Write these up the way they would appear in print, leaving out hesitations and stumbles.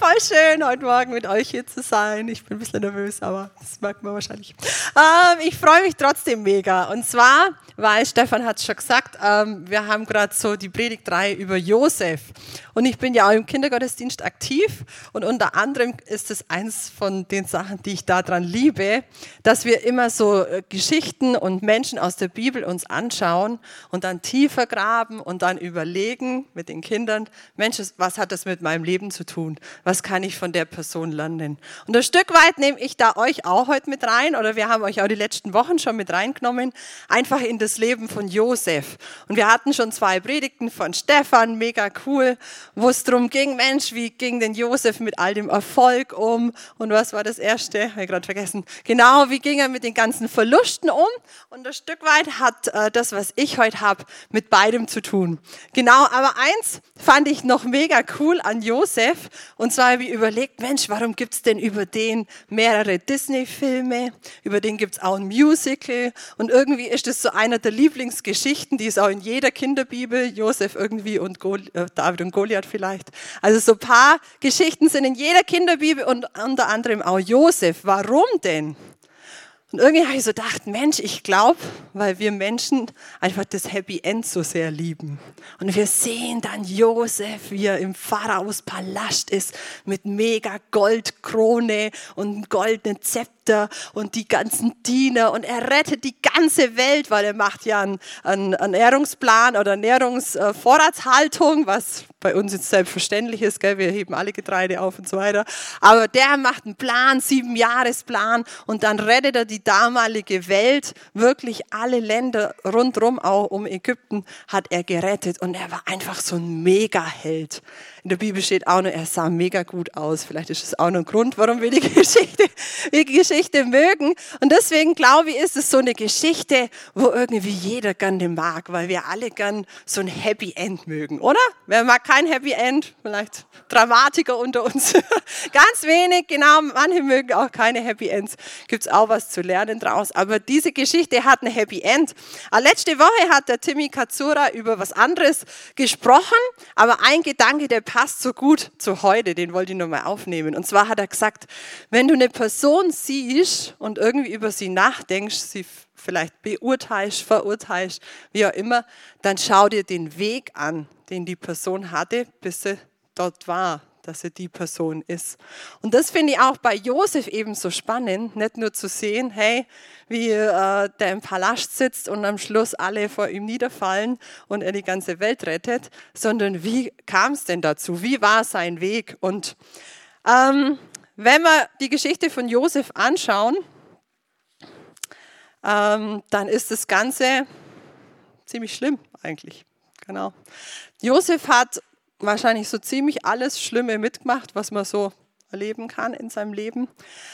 voll schön, heute Morgen mit euch hier zu sein. Ich bin ein bisschen nervös, aber das merkt man wahrscheinlich. Ich freue mich trotzdem mega. Und zwar, weil Stefan hat es schon gesagt, wir haben gerade so die Predigtreihe über Josef. Und ich bin ja auch im Kindergottesdienst aktiv. Und unter anderem ist es eins von den Sachen, die ich daran liebe, dass wir immer so Geschichten und Menschen aus der Bibel uns anschauen und dann tiefer graben und dann überlegen mit den Kindern, Mensch, was hat das mit meinem Leben zu tun? Was kann ich von der Person lernen? Und ein Stück weit nehme ich da euch auch heute mit rein, oder wir haben euch auch die letzten Wochen schon mit reingenommen, einfach in das Leben von Josef. Und wir hatten schon 2 Predigten von Stefan, mega cool, wo es darum ging, Mensch, wie ging denn Josef mit all dem Erfolg um? Und was war das Erste? Habe ich gerade vergessen. Genau, wie ging er mit den ganzen Verlusten um? Und ein Stück weit hat das, was ich heute habe, mit beidem zu tun. Genau, aber eins fand ich noch mega cool an Josef. Und zwar habe ich überlegt, Mensch, warum gibt es denn über den mehrere Disney-Filme? Über den gibt es auch ein Musical. Und irgendwie ist das so einer der Lieblingsgeschichten, die ist auch in jeder Kinderbibel. Josef irgendwie und David und Goliath vielleicht. Also so ein paar Geschichten sind in jeder Kinderbibel und unter anderem auch Josef. Warum denn? Und irgendwie habe ich so gedacht, Mensch, ich glaube, weil wir Menschen einfach das Happy End so sehr lieben. Und wir sehen dann Josef, wie er im Pharaos Palast ist, mit mega Goldkrone und goldenen Zepter und die ganzen Diener. Und er rettet die ganze Welt, weil er macht ja einen Ernährungsplan oder Ernährungsvorratshaltung, was bei uns jetzt selbstverständlich ist, gell? Wir heben alle Getreide auf und so weiter. Aber der macht einen Plan, 7-Jahresplan, und dann rettet er die damalige Welt, wirklich alle Länder rundherum, auch um Ägypten, hat er gerettet. Und er war einfach so ein Mega-Held. In der Bibel steht auch noch, er sah mega gut aus. Vielleicht ist es auch noch ein Grund, warum wir die Geschichte mögen. Und deswegen glaube ich, ist es so eine Geschichte, wo irgendwie jeder gerne mag, weil wir alle gern so ein Happy End mögen, oder? Wer mag kein Happy End? Vielleicht Dramatiker unter uns. Ganz wenig, genau. Manche mögen auch keine Happy Ends. Gibt es auch was zu lernen draus. Aber diese Geschichte hat ein Happy End. Letzte Woche hat der Timmy Katsura über was anderes gesprochen, aber ein Gedanke, der passt so gut zu heute, den wollte ich nochmal aufnehmen. Und zwar hat er gesagt, wenn du eine Person siehst und irgendwie über sie nachdenkst, sie vielleicht beurteilst, verurteilst, wie auch immer, dann schau dir den Weg an, den die Person hatte, bis sie dort war, dass er die Person ist. Und das finde ich auch bei Josef eben so spannend, nicht nur zu sehen, hey, wie der im Palast sitzt und am Schluss alle vor ihm niederfallen und er die ganze Welt rettet, sondern wie kam es denn dazu? Wie war sein Weg? Und wenn wir die Geschichte von Josef anschauen, dann ist das Ganze ziemlich schlimm eigentlich. Genau. Josef hat wahrscheinlich so ziemlich alles Schlimme mitgemacht, was man so erleben kann in seinem Leben.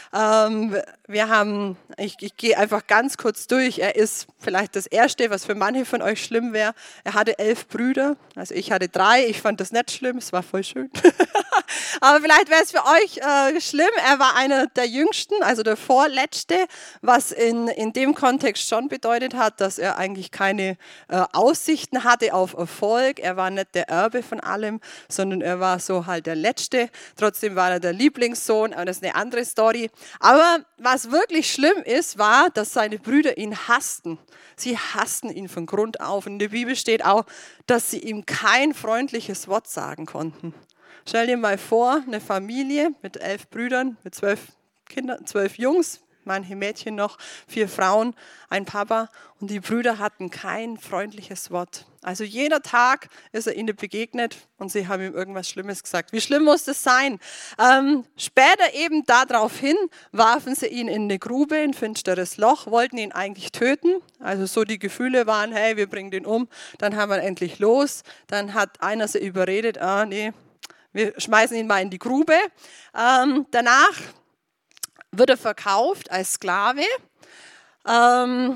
Ich gehe einfach ganz kurz durch. Er ist vielleicht das Erste, was für manche von euch schlimm wäre. Er hatte 11 Brüder, also ich hatte 3. Ich fand das nicht schlimm, es war voll schön. Aber vielleicht wäre es für euch schlimm. Er war einer der Jüngsten, also der Vorletzte, was in dem Kontext schon bedeutet hat, dass er eigentlich keine Aussichten hatte auf Erfolg. Er war nicht der Erbe von allem, sondern er war so halt der Letzte. Trotzdem war er der Lieblingssohn, aber das ist eine andere Story. Aber was wirklich schlimm ist, war, dass seine Brüder ihn hassten. Sie hassten ihn von Grund auf. Und in der Bibel steht auch, dass sie ihm kein freundliches Wort sagen konnten. Stell dir mal vor, eine Familie mit 11 Brüdern, mit 12 Kindern, 12 Jungs, manche Mädchen noch, 4 Frauen, ein Papa, und die Brüder hatten kein freundliches Wort. Also jeder Tag ist er ihnen begegnet und sie haben ihm irgendwas Schlimmes gesagt. Wie schlimm muss das sein? Später eben daraufhin warfen sie ihn in eine Grube, ein finsteres Loch, wollten ihn eigentlich töten. Also so die Gefühle waren, hey, wir bringen den um. Dann haben wir endlich los. Dann hat einer sie überredet, nee, wir schmeißen ihn mal in die Grube. Danach wird er verkauft als Sklave an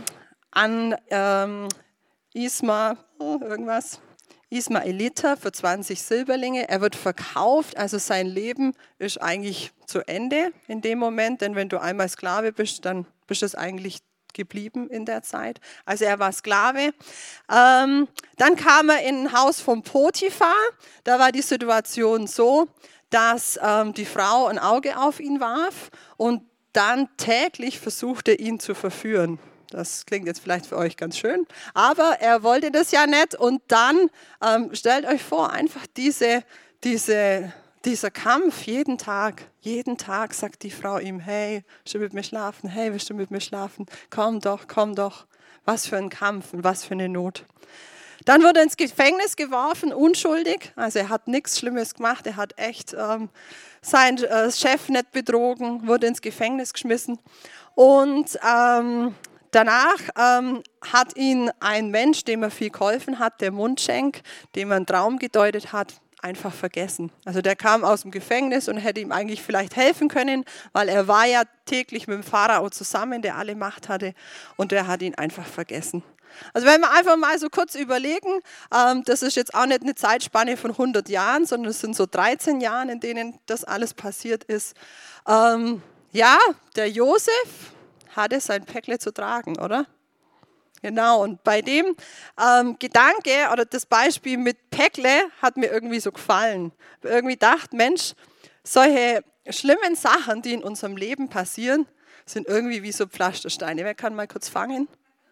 Ismaeliter für 20 Silberlinge. Er wird verkauft, also sein Leben ist eigentlich zu Ende in dem Moment, denn wenn du einmal Sklave bist, dann bist du es eigentlich geblieben in der Zeit. Also er war Sklave. Dann kam er in ein Haus von Potiphar. Da war die Situation so, dass die Frau ein Auge auf ihn warf und dann täglich versuchte, ihn zu verführen. Das klingt jetzt vielleicht für euch ganz schön, aber er wollte das ja nicht. Und dann stellt euch vor, einfach dieser Kampf jeden Tag sagt die Frau ihm, hey, willst du mit mir schlafen? Hey, willst du mit mir schlafen? Komm doch, komm doch. Was für ein Kampf und was für eine Not. Dann wurde er ins Gefängnis geworfen, unschuldig. Also er hat nichts Schlimmes gemacht. Er hat echt seinen Chef nicht betrogen, wurde ins Gefängnis geschmissen. Und danach hat ihn ein Mensch, dem er viel geholfen hat, der Mundschenk, dem er einen Traum gedeutet hat, einfach vergessen. Also der kam aus dem Gefängnis und hätte ihm eigentlich vielleicht helfen können, weil er war ja täglich mit dem Pharao zusammen, der alle Macht hatte, und der hat ihn einfach vergessen. Also wenn wir einfach mal so kurz überlegen, das ist jetzt auch nicht eine Zeitspanne von 100 Jahren, sondern es sind so 13 Jahre, in denen das alles passiert ist. Ja, der Josef hatte sein Päckle zu tragen, oder? Genau, und bei dem Gedanke oder das Beispiel mit Päckle hat mir irgendwie so gefallen. Ich habe irgendwie gedacht, Mensch, solche schlimmen Sachen, die in unserem Leben passieren, sind irgendwie wie so Pflastersteine. Wer kann mal kurz fangen?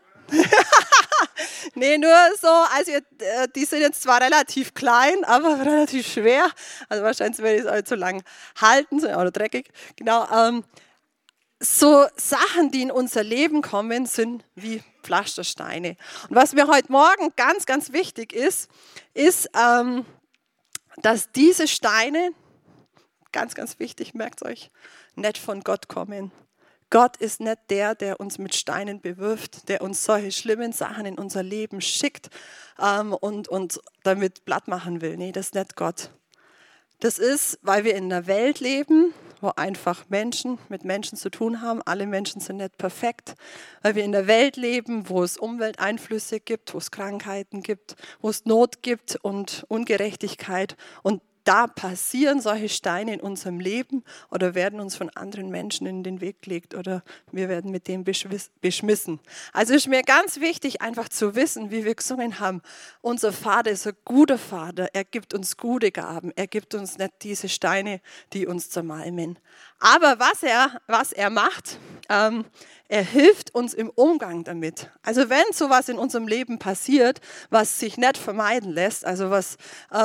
Nee, nur so, also die sind jetzt zwar relativ klein, aber relativ schwer. Also wahrscheinlich werde ich es auch zu lang halten, sind auch noch dreckig. Genau, so Sachen, die in unser Leben kommen, sind wie Pflastersteine. Und was mir heute Morgen ganz, ganz wichtig ist, dass diese Steine, ganz, ganz wichtig, merkt euch, nicht von Gott kommen. Gott ist nicht der, der uns mit Steinen bewirft, der uns solche schlimmen Sachen in unser Leben schickt und damit platt machen will. Nee, das ist nicht Gott. Das ist, weil wir in einer Welt leben, wo einfach Menschen mit Menschen zu tun haben. Alle Menschen sind nicht perfekt. Weil wir in einer Welt leben, wo es Umwelteinflüsse gibt, wo es Krankheiten gibt, wo es Not gibt und Ungerechtigkeit. Und da passieren solche Steine in unserem Leben oder werden uns von anderen Menschen in den Weg gelegt oder wir werden mit dem beschmissen. Also ist mir ganz wichtig, einfach zu wissen, wie wir gesungen haben, unser Vater ist ein guter Vater, er gibt uns gute Gaben, er gibt uns nicht diese Steine, die uns zermalmen. Aber was er macht, er hilft uns im Umgang damit. Also wenn sowas in unserem Leben passiert, was sich nicht vermeiden lässt, also was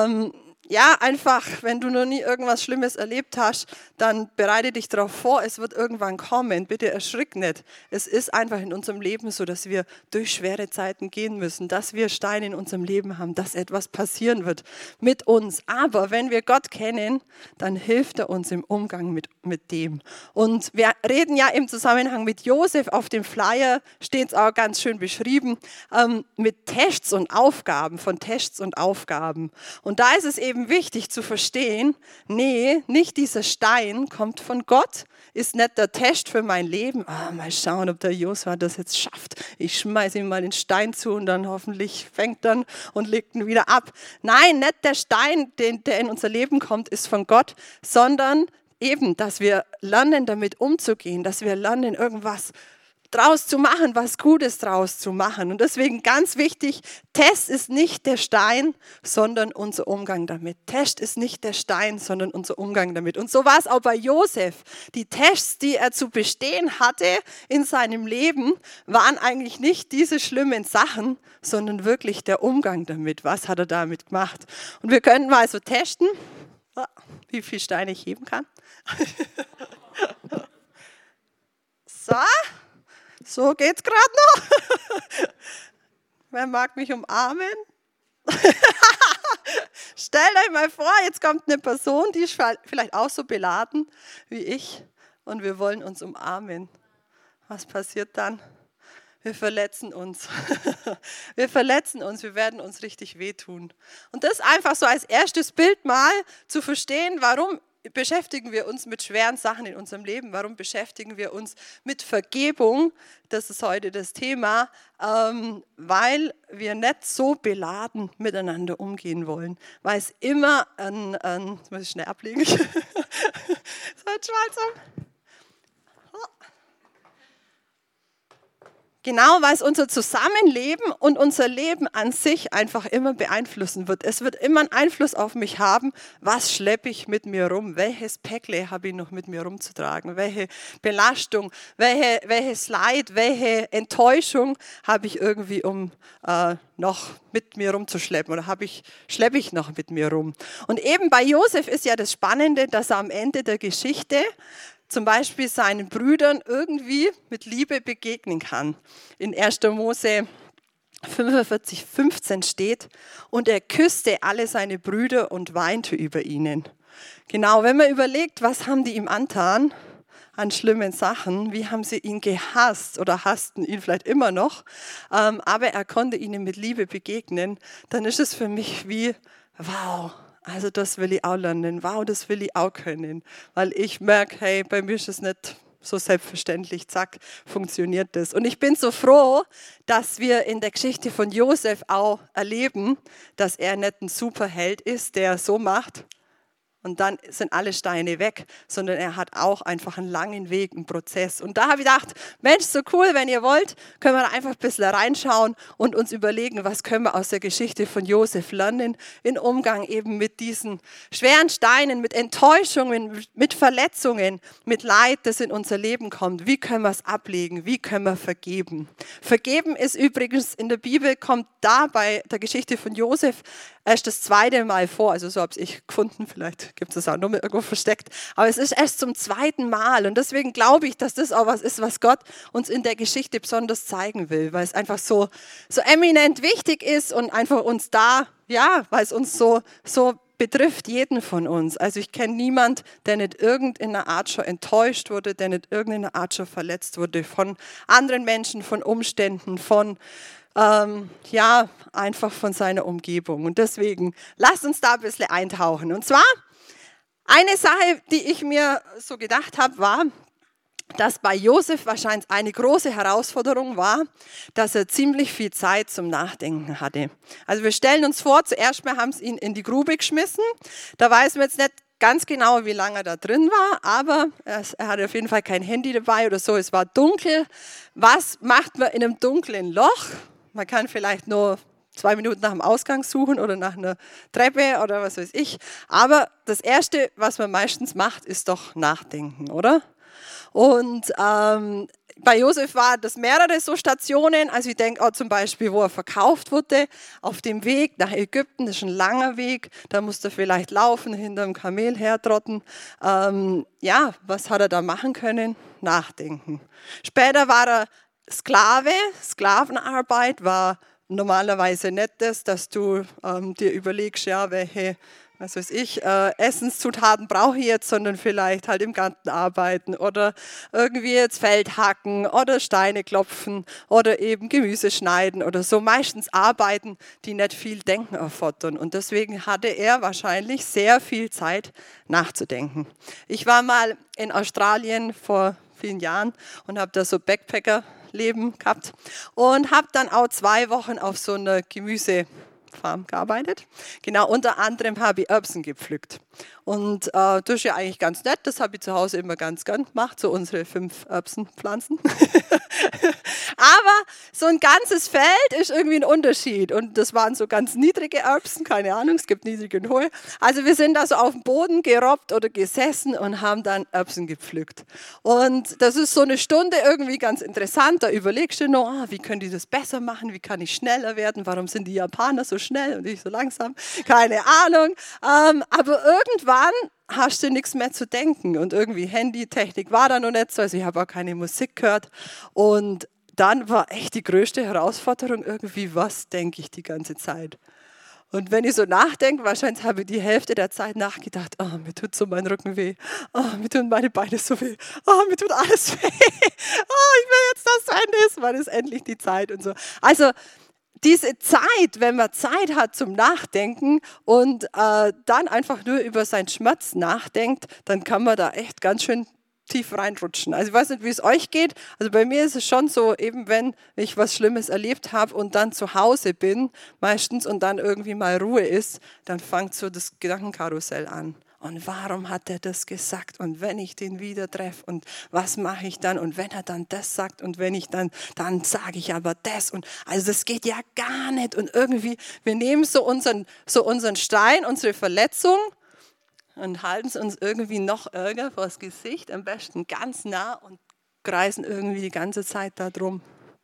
ja, einfach, wenn du noch nie irgendwas Schlimmes erlebt hast, dann bereite dich darauf vor, es wird irgendwann kommen. Bitte erschrick nicht. Es ist einfach in unserem Leben so, dass wir durch schwere Zeiten gehen müssen, dass wir Steine in unserem Leben haben, dass etwas passieren wird mit uns. Aber wenn wir Gott kennen, dann hilft er uns im Umgang mit dem. Und wir reden ja im Zusammenhang mit Josef, auf dem Flyer steht es auch ganz schön beschrieben, mit Tests und Aufgaben, von Tests und Aufgaben. Und da ist es eben wichtig zu verstehen, nee, nicht dieser Stein kommt von Gott, ist nicht der Test für mein Leben. Mal schauen, ob der Josua das jetzt schafft. Ich schmeiße ihm mal den Stein zu und dann hoffentlich fängt er und legt ihn wieder ab. Nein, nicht der Stein, der in unser Leben kommt, ist von Gott, sondern eben, dass wir lernen, damit umzugehen, dass wir lernen, irgendwas draus zu machen, was Gutes draus zu machen. Und deswegen ganz wichtig, Test ist nicht der Stein, sondern unser Umgang damit. Test ist nicht der Stein, sondern unser Umgang damit. Und so war es auch bei Josef. Die Tests, die er zu bestehen hatte in seinem Leben, waren eigentlich nicht diese schlimmen Sachen, sondern wirklich der Umgang damit. Was hat er damit gemacht? Und wir können mal so testen, wie viele Steine ich heben kann. So geht's gerade noch. Wer mag mich umarmen? Stellt euch mal vor, jetzt kommt eine Person, die ist vielleicht auch so beladen wie ich und wir wollen uns umarmen. Was passiert dann? Wir verletzen uns. Wir verletzen uns, wir werden uns richtig wehtun. Und das einfach so als erstes Bild mal zu verstehen, warum beschäftigen wir uns mit schweren Sachen in unserem Leben? Warum beschäftigen wir uns mit Vergebung? Das ist heute das Thema, weil wir nicht so beladen miteinander umgehen wollen. Weil es immer jetzt muss ich schnell ablegen. So, Genau, weil es unser Zusammenleben und unser Leben an sich einfach immer beeinflussen wird. Es wird immer einen Einfluss auf mich haben, was schleppe ich mit mir rum, welches Päckle habe ich noch mit mir rumzutragen, welche Belastung, welches Leid, welche Enttäuschung habe ich irgendwie noch mit mir rumzuschleppen oder schleppe ich noch mit mir rum. Und eben bei Josef ist ja das Spannende, dass er am Ende der Geschichte zum Beispiel seinen Brüdern irgendwie mit Liebe begegnen kann. In 1. Mose 45,15 steht, und er küsste alle seine Brüder und weinte über ihnen. Genau, wenn man überlegt, was haben die ihm angetan an schlimmen Sachen, wie haben sie ihn gehasst oder hassten ihn vielleicht immer noch, aber er konnte ihnen mit Liebe begegnen, dann ist es für mich wie, wow, also das will ich auch lernen, wow, das will ich auch können, weil ich merke, hey, bei mir ist es nicht so selbstverständlich, zack, funktioniert das. Und ich bin so froh, dass wir in der Geschichte von Josef auch erleben, dass er nicht ein Superheld ist, der so macht, und dann sind alle Steine weg, sondern er hat auch einfach einen langen Weg, einen Prozess. Und da habe ich gedacht, Mensch, so cool, wenn ihr wollt, können wir da einfach ein bisschen reinschauen und uns überlegen, was können wir aus der Geschichte von Josef lernen, in Umgang eben mit diesen schweren Steinen, mit Enttäuschungen, mit Verletzungen, mit Leid, das in unser Leben kommt. Wie können wir es ablegen? Wie können wir vergeben? Vergeben ist übrigens in der Bibel, kommt da bei der Geschichte von Josef erst das 2. Mal vor, also so habe ich gefunden, vielleicht gibt es das auch noch mal irgendwo versteckt, aber es ist erst zum 2. Mal und deswegen glaube ich, dass das auch was ist, was Gott uns in der Geschichte besonders zeigen will, weil es einfach so eminent wichtig ist und einfach uns da, ja, weil es uns so betrifft jeden von uns. Also ich kenne niemanden, der nicht irgendeiner Art schon enttäuscht wurde, der nicht irgendeiner Art schon verletzt wurde von anderen Menschen, von Umständen, von einfach von seiner Umgebung. Und deswegen, lasst uns da ein bisschen eintauchen. Und zwar, eine Sache, die ich mir so gedacht habe, war, dass bei Josef wahrscheinlich eine große Herausforderung war, dass er ziemlich viel Zeit zum Nachdenken hatte. Also wir stellen uns vor, zuerst mal haben sie ihn in die Grube geschmissen. Da weiß man jetzt nicht ganz genau, wie lange er da drin war, aber er hatte auf jeden Fall kein Handy dabei oder so. Es war dunkel. Was macht man in einem dunklen Loch? Man kann vielleicht nur 2 Minuten nach dem Ausgang suchen oder nach einer Treppe oder was weiß ich. Aber das Erste, was man meistens macht, ist doch nachdenken, oder? Und bei Josef waren das mehrere so Stationen. Also ich denke auch zum Beispiel, wo er verkauft wurde, auf dem Weg nach Ägypten, das ist ein langer Weg. Da musste er vielleicht laufen, hinter dem Kamel hertrotten. Was hat er da machen können? Nachdenken. Später war er Sklave. Sklavenarbeit war normalerweise nicht das, dass du dir überlegst, ja, welche Essenszutaten brauche ich jetzt, sondern vielleicht halt im Garten arbeiten oder irgendwie jetzt Feld hacken oder Steine klopfen oder eben Gemüse schneiden oder so. Meistens Arbeiten, die nicht viel Denken erfordern. Und deswegen hatte er wahrscheinlich sehr viel Zeit nachzudenken. Ich war mal in Australien vor vielen Jahren und habe da so Backpacker-Leben gehabt und habe dann auch 2 Wochen auf so einer Gemüsefarm gearbeitet. Genau, unter anderem habe ich Erbsen gepflückt. Und das ist ja eigentlich ganz nett, das habe ich zu Hause immer ganz gern gemacht, so unsere 5 Erbsenpflanzen. Aber so ein ganzes Feld ist irgendwie ein Unterschied. Und das waren so ganz niedrige Erbsen, keine Ahnung, es gibt niedrige und hohe. Also wir sind da so auf dem Boden gerobbt oder gesessen und haben dann Erbsen gepflückt. Und das ist so eine Stunde irgendwie ganz interessant. Da überlegst du noch, wie können die das besser machen, wie kann ich schneller werden, warum sind die Japaner so schnell und ich so langsam, keine Ahnung. Aber irgendwann hast du nichts mehr zu denken und irgendwie Handytechnik war da noch nicht so, also ich habe auch keine Musik gehört und dann war echt die größte Herausforderung irgendwie, was denke ich die ganze Zeit? Und wenn ich so nachdenke, wahrscheinlich habe ich die Hälfte der Zeit nachgedacht, mir tut so mein Rücken weh, mir tun meine Beine so weh, mir tut alles weh, ich will jetzt, dass es Ende ist, wann ist endlich die Zeit und so. Also diese Zeit, wenn man Zeit hat zum Nachdenken und dann einfach nur über seinen Schmerz nachdenkt, dann kann man da echt ganz schön tief reinrutschen. Also ich weiß nicht, wie es euch geht. Also bei mir ist es schon so, eben wenn ich was Schlimmes erlebt habe und dann zu Hause bin, meistens und dann irgendwie mal Ruhe ist, dann fängt so das Gedankenkarussell an. Und warum hat er das gesagt? Und wenn ich den wieder treffe und was mache ich dann? Und wenn er dann das sagt und wenn ich dann sage ich aber das. Und also das geht ja gar nicht. Und irgendwie, wir nehmen so unseren Stein, unsere Verletzung und halten es uns irgendwie noch ärger vors Gesicht, am besten ganz nah und kreisen irgendwie die ganze Zeit da drum.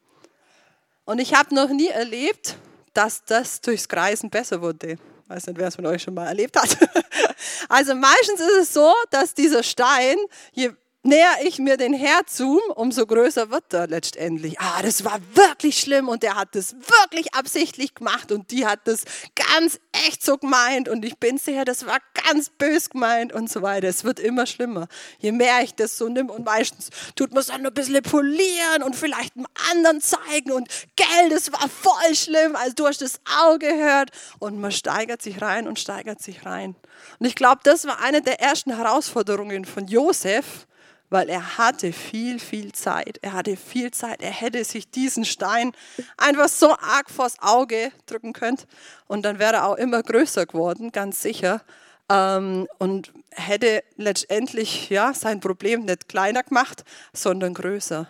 Und ich habe noch nie erlebt, dass das durchs Kreisen besser wurde. Ich weiß nicht, wer es von euch schon mal erlebt hat. Also meistens ist es so, dass dieser Stein, je näher ich mir den herzoome, umso größer wird er letztendlich. Das war wirklich schlimm und der hat das wirklich absichtlich gemacht und die hat das ganz echt so gemeint und ich bin sicher, das war ganz bös gemeint und so weiter. Es wird immer schlimmer, je mehr ich das so nimm und meistens tut man es dann nur ein bisschen polieren und vielleicht einem anderen zeigen und gell, das war voll schlimm, also du hast das auch gehört und man steigert sich rein und steigert sich rein. Und ich glaube, das war eine der ersten Herausforderungen von Josef, weil er hatte viel Zeit. Er hatte viel Zeit. Er hätte sich diesen Stein einfach so arg vors Auge drücken können und dann wäre er auch immer größer geworden, ganz sicher. Und hätte letztendlich sein Problem nicht kleiner gemacht, sondern größer.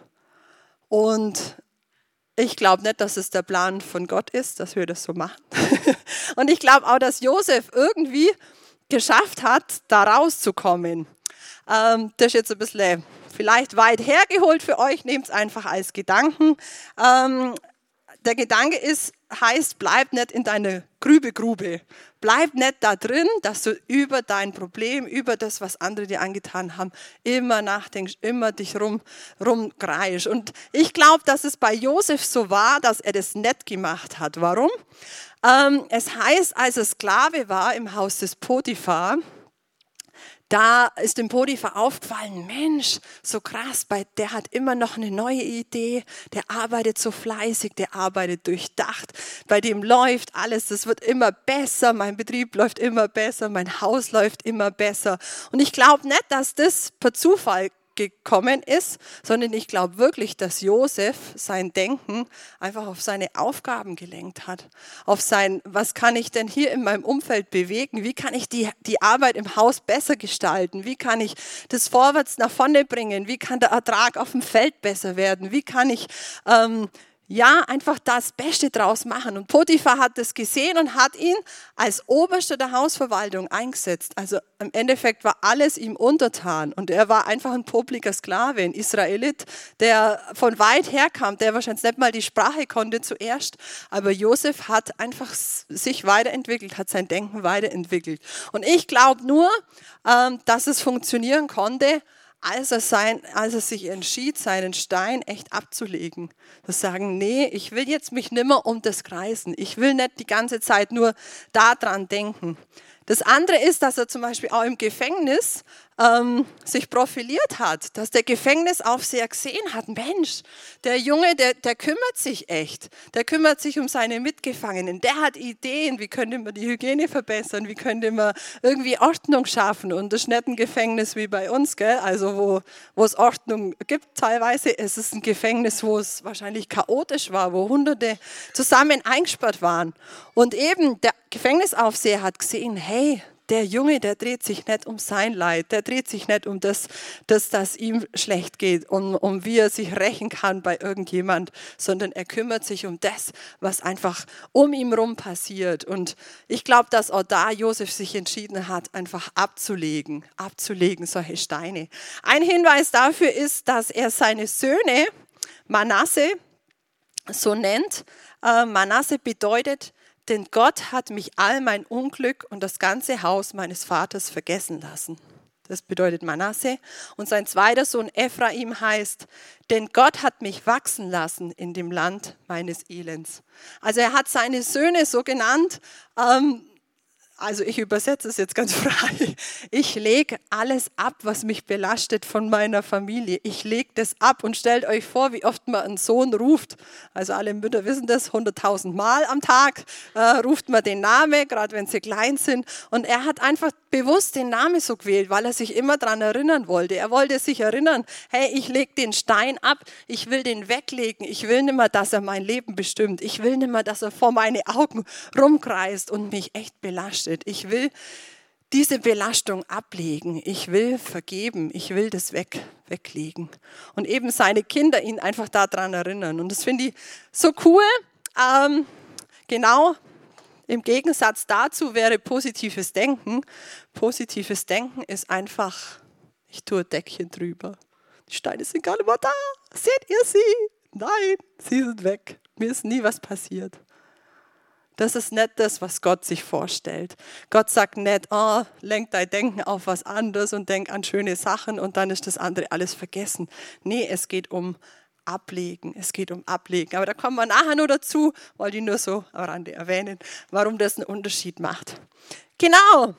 Und ich glaube nicht, dass es der Plan von Gott ist, dass wir das so machen. Und ich glaube auch, dass Josef irgendwie geschafft hat, da rauszukommen. Das ist jetzt ein bisschen vielleicht weit hergeholt für euch, nehmt es einfach als Gedanken. Der Gedanke heißt, bleib nicht in deiner Grübe. Bleib nicht da drin, dass du über dein Problem, über das, was andere dir angetan haben, immer nachdenkst, immer dich rumkreischst. Und ich glaube, dass es bei Josef so war, dass er das nicht gemacht hat. Warum? Es heißt, als er Sklave war im Haus des Potiphar, da ist dem Potiphar aufgefallen, Mensch, so krass, der hat immer noch eine neue Idee, der arbeitet so fleißig, der arbeitet durchdacht, bei dem läuft alles, das wird immer besser, mein Betrieb läuft immer besser, mein Haus läuft immer besser. Und ich glaube nicht, dass das per Zufall gekommen ist, sondern ich glaube wirklich, dass Josef sein Denken einfach auf seine Aufgaben gelenkt hat, auf sein, was kann ich denn hier in meinem Umfeld bewegen, wie kann ich die Arbeit im Haus besser gestalten, wie kann ich das vorwärts nach vorne bringen, wie kann der Ertrag auf dem Feld besser werden, wie kann ich einfach das Beste draus machen. Und Potiphar hat das gesehen und hat ihn als Oberster der Hausverwaltung eingesetzt. Also im Endeffekt war alles ihm untertan. Und er war einfach ein popliger Sklave, ein Israelit, der von weit her kam, der wahrscheinlich nicht mal die Sprache konnte zuerst. Aber Josef hat einfach sich weiterentwickelt, hat sein Denken weiterentwickelt. Und ich glaube nur, dass es funktionieren konnte, als er sich entschied, seinen Stein echt abzulegen. Zu sagen, nee, ich will jetzt mich nimmer um das kreisen. Ich will nicht die ganze Zeit nur daran denken. Das andere ist, dass er zum Beispiel auch im Gefängnis sich profiliert hat, dass der Gefängnisaufseher gesehen hat, Mensch, der Junge, der kümmert sich echt, der kümmert sich um seine Mitgefangenen, der hat Ideen, wie könnte man die Hygiene verbessern, wie könnte man irgendwie Ordnung schaffen und das ist nicht ein Gefängnis wie bei uns, gell? Also wo es Ordnung gibt teilweise, es ist ein Gefängnis, wo es wahrscheinlich chaotisch war, wo Hunderte zusammen eingesperrt waren und eben der Gefängnisaufseher hat gesehen, hey, der Junge, der dreht sich nicht um sein Leid, der dreht sich nicht um das ihm schlecht geht, um wie er sich rächen kann bei irgendjemand, sondern er kümmert sich um das, was einfach um ihn rum passiert. Und ich glaube, dass auch da Josef sich entschieden hat, einfach abzulegen solche Steine. Ein Hinweis dafür ist, dass er seine Söhne Manasse so nennt. Manasse bedeutet, denn Gott hat mich all mein Unglück und das ganze Haus meines Vaters vergessen lassen. Das bedeutet Manasse. Und sein zweiter Sohn Ephraim heißt, denn Gott hat mich wachsen lassen in dem Land meines Elends. Also er hat seine Söhne so genannt, also ich übersetze es jetzt ganz frei. Ich lege alles ab, was mich belastet von meiner Familie. Ich lege das ab und stellt euch vor, wie oft man einen Sohn ruft. Also alle Mütter wissen das, 100.000 Mal am Tag ruft man den Namen, gerade wenn sie klein sind. Und er hat einfach bewusst den Namen so gewählt, weil er sich immer daran erinnern wollte. Er wollte sich erinnern, hey, ich lege den Stein ab, ich will den weglegen. Ich will nicht mehr, dass er mein Leben bestimmt. Ich will nicht mehr, dass er vor meine Augen rumkreist und mich echt belastet. Ich will diese Belastung ablegen. Ich will vergeben, ich will das weglegen. Und eben seine Kinder ihn einfach daran erinnern. Und das finde ich so cool. Genau im Gegensatz dazu wäre positives Denken. Positives Denken ist einfach, ich tue ein Deckchen drüber. Die Steine sind gar nicht mehr da. Seht ihr sie? Nein, sie sind weg. Mir ist nie was passiert. Das ist nicht das, was Gott sich vorstellt. Gott sagt nicht, lenk dein Denken auf was anderes und denk an schöne Sachen und dann ist das andere alles vergessen. Nee, es geht um Ablegen. Es geht um Ablegen. Aber da kommen wir nachher nur dazu, wollte ich nur so am Rande erwähnen, warum das einen Unterschied macht. Genau.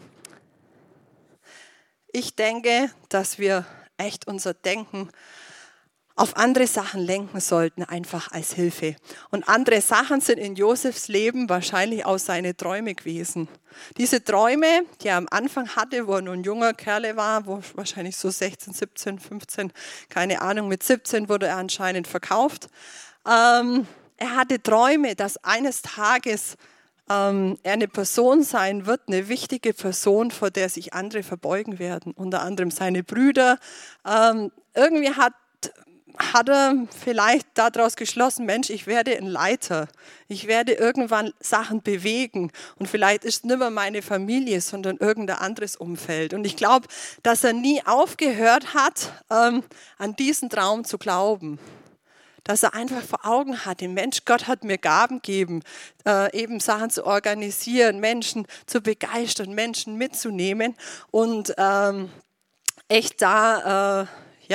Ich denke, dass wir echt unser Denken auf andere Sachen lenken sollten, einfach als Hilfe. Und andere Sachen sind in Josefs Leben wahrscheinlich auch seine Träume gewesen. Diese Träume, die er am Anfang hatte, wo er nur ein junger Kerl war, wo wahrscheinlich so 16, 17, 15, keine Ahnung, mit 17 wurde er anscheinend verkauft. Er hatte Träume, dass eines Tages er eine Person sein wird, eine wichtige Person, vor der sich andere verbeugen werden. Unter anderem seine Brüder. Irgendwie hat er vielleicht daraus geschlossen, Mensch, ich werde ein Leiter. Ich werde irgendwann Sachen bewegen. Und vielleicht ist es nicht mehr meine Familie, sondern irgendein anderes Umfeld. Und ich glaube, dass er nie aufgehört hat, an diesen Traum zu glauben. Dass er einfach vor Augen hatte, Mensch, Gott hat mir Gaben gegeben, eben Sachen zu organisieren, Menschen zu begeistern, Menschen mitzunehmen und echt da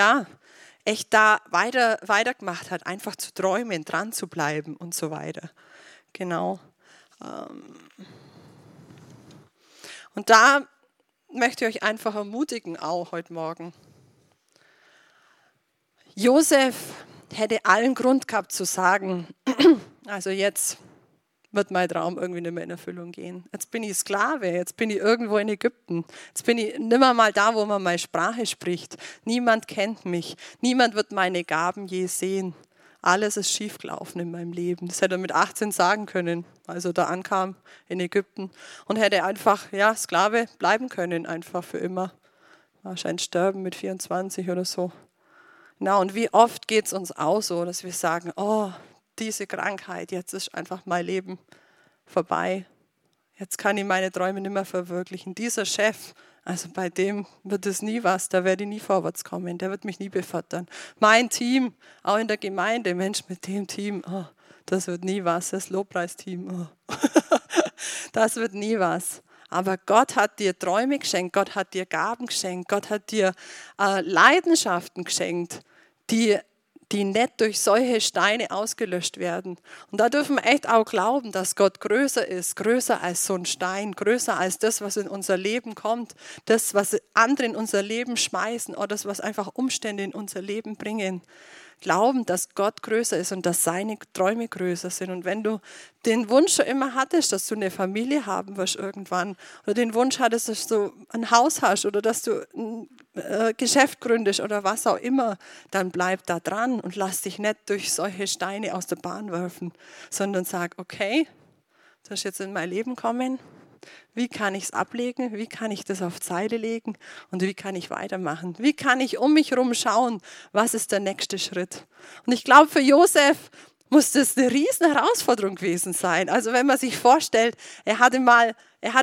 weitergemacht hat, einfach zu träumen, dran zu bleiben und so weiter. Genau. Und da möchte ich euch einfach ermutigen, auch heute Morgen. Josef hätte allen Grund gehabt zu sagen, also jetzt wird mein Traum irgendwie nicht mehr in Erfüllung gehen. Jetzt bin ich Sklave, jetzt bin ich irgendwo in Ägypten. Jetzt bin ich nicht mehr mal da, wo man meine Sprache spricht. Niemand kennt mich. Niemand wird meine Gaben je sehen. Alles ist schiefgelaufen in meinem Leben. Das hätte er mit 18 sagen können, als er da ankam in Ägypten. Und hätte einfach, Sklave bleiben können, einfach für immer. Wahrscheinlich sterben mit 24 oder so. Na, und wie oft geht es uns auch so, dass wir sagen, diese Krankheit, jetzt ist einfach mein Leben vorbei. Jetzt kann ich meine Träume nicht mehr verwirklichen. Dieser Chef, also bei dem wird es nie was, da werde ich nie vorwärts kommen, der wird mich nie befördern. Mein Team, auch in der Gemeinde, Mensch, mit dem Team, das wird nie was, das Lobpreisteam, das wird nie was. Aber Gott hat dir Träume geschenkt, Gott hat dir Gaben geschenkt, Gott hat dir Leidenschaften geschenkt, die nicht durch solche Steine ausgelöscht werden. Und da dürfen wir echt auch glauben, dass Gott größer ist, größer als so ein Stein, größer als das, was in unser Leben kommt, das, was andere in unser Leben schmeißen oder das, was einfach Umstände in unser Leben bringen. Glauben, dass Gott größer ist und dass seine Träume größer sind. Und wenn du den Wunsch schon immer hattest, dass du eine Familie haben wirst irgendwann, oder den Wunsch hattest, dass du ein Haus hast oder dass du ein Geschäft gründest oder was auch immer, dann bleib da dran und lass dich nicht durch solche Steine aus der Bahn werfen, sondern sag, okay, das ist jetzt in mein Leben kommen. Wie kann ich es ablegen? Wie kann ich das auf Seite legen? Und wie kann ich weitermachen? Wie kann ich um mich herum schauen? Was ist der nächste Schritt? Und ich glaube, für Josef muss das eine riesen Herausforderung gewesen sein. Also wenn man sich vorstellt, er hatte mal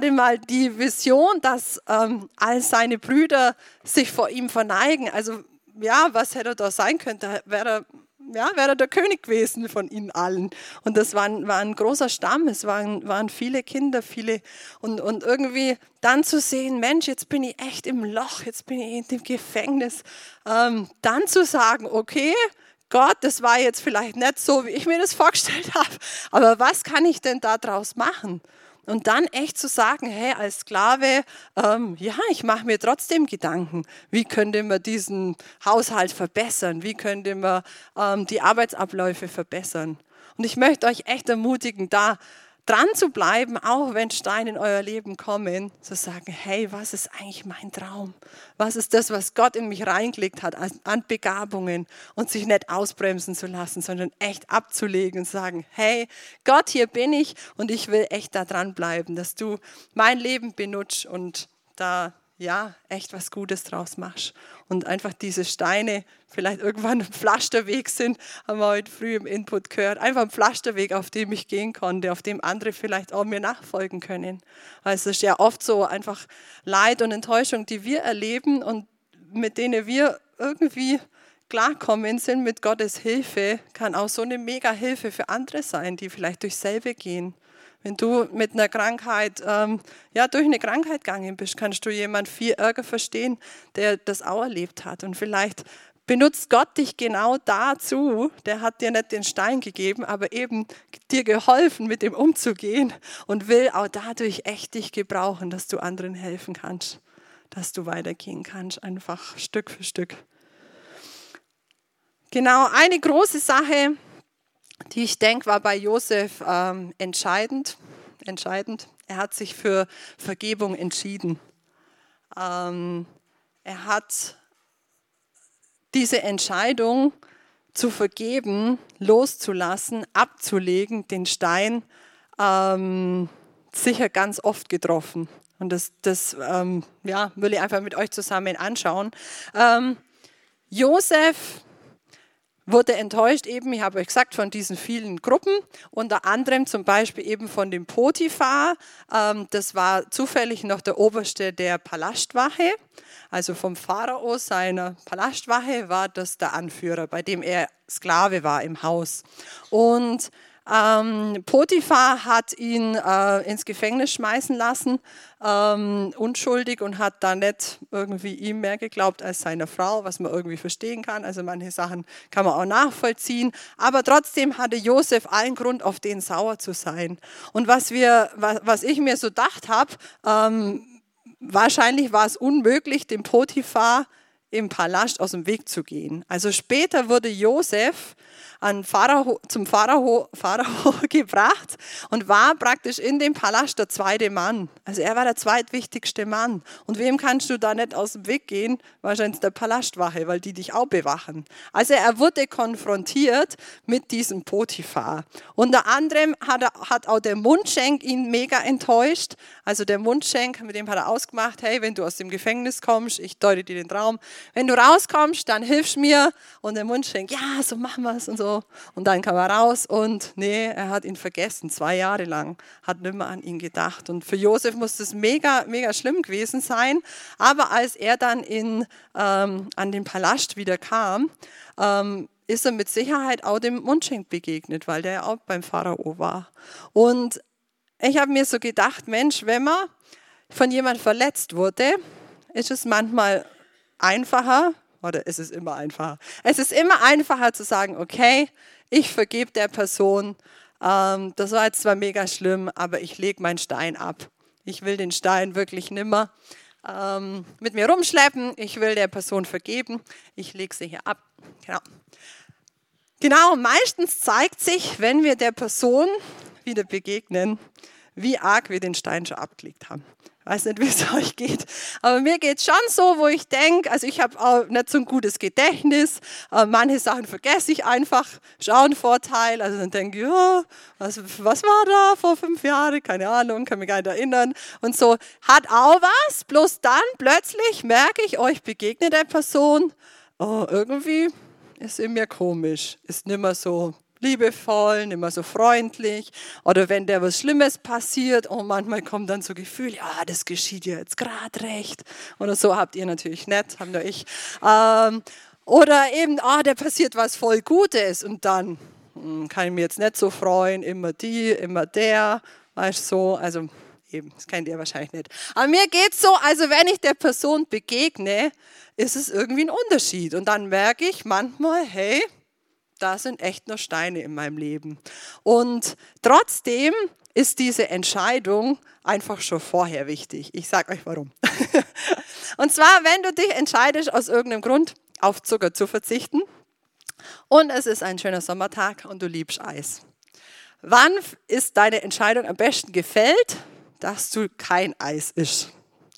die Vision, dass all seine Brüder sich vor ihm verneigen. Also was hätte er da sein können? Da wäre er der König gewesen von ihnen allen. Und das war ein großer Stamm, es waren viele Kinder, und irgendwie dann zu sehen, Mensch, jetzt bin ich echt im Loch, jetzt bin ich in dem Gefängnis. Dann zu sagen, okay, Gott, das war jetzt vielleicht nicht so, wie ich mir das vorgestellt habe, aber was kann ich denn da draus machen? Und dann echt zu sagen, hey, als Sklave, ich mache mir trotzdem Gedanken, wie könnte man diesen Haushalt verbessern, wie könnte man die Arbeitsabläufe verbessern. Und ich möchte euch echt ermutigen, da dran zu bleiben, auch wenn Steine in euer Leben kommen, zu sagen, hey, was ist eigentlich mein Traum? Was ist das, was Gott in mich reingelegt hat an Begabungen und sich nicht ausbremsen zu lassen, sondern echt abzulegen und sagen, hey, Gott, hier bin ich und ich will echt da dran bleiben, dass du mein Leben benutzt und da echt was Gutes draus machst. Und einfach diese Steine vielleicht irgendwann ein Pflasterweg sind, haben wir heute früh im Input gehört. Einfach ein Pflasterweg, auf dem ich gehen konnte, auf dem andere vielleicht auch mir nachfolgen können. Weil es ist ja oft so einfach Leid und Enttäuschung, die wir erleben und mit denen wir irgendwie klarkommen sind mit Gottes Hilfe, kann auch so eine mega Hilfe für andere sein, die vielleicht durch selbe gehen. Wenn du mit einer Krankheit, durch eine Krankheit gegangen bist, kannst du jemanden viel Ärger verstehen, der das auch erlebt hat. Und vielleicht benutzt Gott dich genau dazu. Der hat dir nicht den Stein gegeben, aber eben dir geholfen, mit dem umzugehen und will auch dadurch echt dich gebrauchen, dass du anderen helfen kannst, dass du weitergehen kannst, einfach Stück für Stück. Genau, eine große Sache, die ich denke, war bei Josef entscheidend. Er hat sich für Vergebung entschieden. Er hat diese Entscheidung zu vergeben, loszulassen, abzulegen, den Stein sicher ganz oft getroffen. Und das will ich einfach mit euch zusammen anschauen. Josef wurde enttäuscht eben, ich habe euch gesagt, von diesen vielen Gruppen, unter anderem zum Beispiel eben von dem Potiphar, das war zufällig noch der Oberste der Palastwache, also vom Pharao, seiner Palastwache, war das der Anführer, bei dem er Sklave war im Haus. Und Potiphar hat ihn ins Gefängnis schmeißen lassen, unschuldig, und hat da nicht irgendwie ihm mehr geglaubt als seiner Frau, was man irgendwie verstehen kann. Also manche Sachen kann man auch nachvollziehen. Aber trotzdem hatte Josef allen Grund, auf den sauer zu sein. Und was ich mir so gedacht habe, wahrscheinlich war es unmöglich, dem Potiphar im Palast aus dem Weg zu gehen. Also später wurde Josef zum Pharao gebracht und war praktisch in dem Palast der zweite Mann. Also er war der zweitwichtigste Mann. Und wem kannst du da nicht aus dem Weg gehen? Wahrscheinlich der Palastwache, weil die dich auch bewachen. Also er wurde konfrontiert mit diesem Potiphar. Unter anderem hat auch der Mundschenk ihn mega enttäuscht. Also der Mundschenk, mit dem hat er ausgemacht, hey, wenn du aus dem Gefängnis kommst, ich deute dir den Traum, wenn du rauskommst, dann hilfst mir. Und der Mundschenk, ja, so machen wir es und so. Und dann kam er raus und er hat ihn vergessen, 2 Jahre lang, hat nicht mehr an ihn gedacht. Und für Josef muss das mega, mega schlimm gewesen sein. Aber als er dann an den Palast wieder kam, ist er mit Sicherheit auch dem Mundschenk begegnet, weil der ja auch beim Pharao war. Und ich habe mir so gedacht, Mensch, wenn man von jemandem verletzt wurde, ist es manchmal einfacher, oder es ist immer einfacher. Es ist immer einfacher zu sagen, okay, ich vergebe der Person, das war jetzt zwar mega schlimm, aber ich lege meinen Stein ab. Ich will den Stein wirklich nimmer mit mir rumschleppen, ich will der Person vergeben, ich lege sie hier ab. Genau, meistens zeigt sich, wenn wir der Person wieder begegnen, wie arg wir den Stein schon abgelegt haben. Ich weiß nicht, wie es euch geht, aber mir geht es schon so, wo ich denke, also ich habe auch nicht so ein gutes Gedächtnis, manche Sachen vergesse ich einfach, ist auch ein Vorteil, also dann denke ich, ja, was war da vor 5 Jahren, keine Ahnung, kann mich gar nicht erinnern und so, hat auch was, bloß dann plötzlich merke ich, euch begegnet der Person, irgendwie ist in mir komisch, ist nicht mehr so liebevoll, nicht mehr so freundlich, oder wenn der was Schlimmes passiert, manchmal kommt dann so Gefühl, ja, das geschieht ja jetzt gerade recht, oder so habt ihr natürlich nicht, haben nur ich, oder eben, der passiert was voll Gutes und dann kann ich mich jetzt nicht so freuen, immer die, immer der, weißt du, so, also eben, das kennt ihr wahrscheinlich nicht. Aber mir geht es so, also wenn ich der Person begegne, ist es irgendwie ein Unterschied und dann merke ich manchmal, hey, da sind echt noch Steine in meinem Leben. Und trotzdem ist diese Entscheidung einfach schon vorher wichtig. Ich sage euch warum. Und zwar, wenn du dich entscheidest, aus irgendeinem Grund auf Zucker zu verzichten und es ist ein schöner Sommertag und du liebst Eis. Wann ist deine Entscheidung am besten gefällt, dass du kein Eis isst?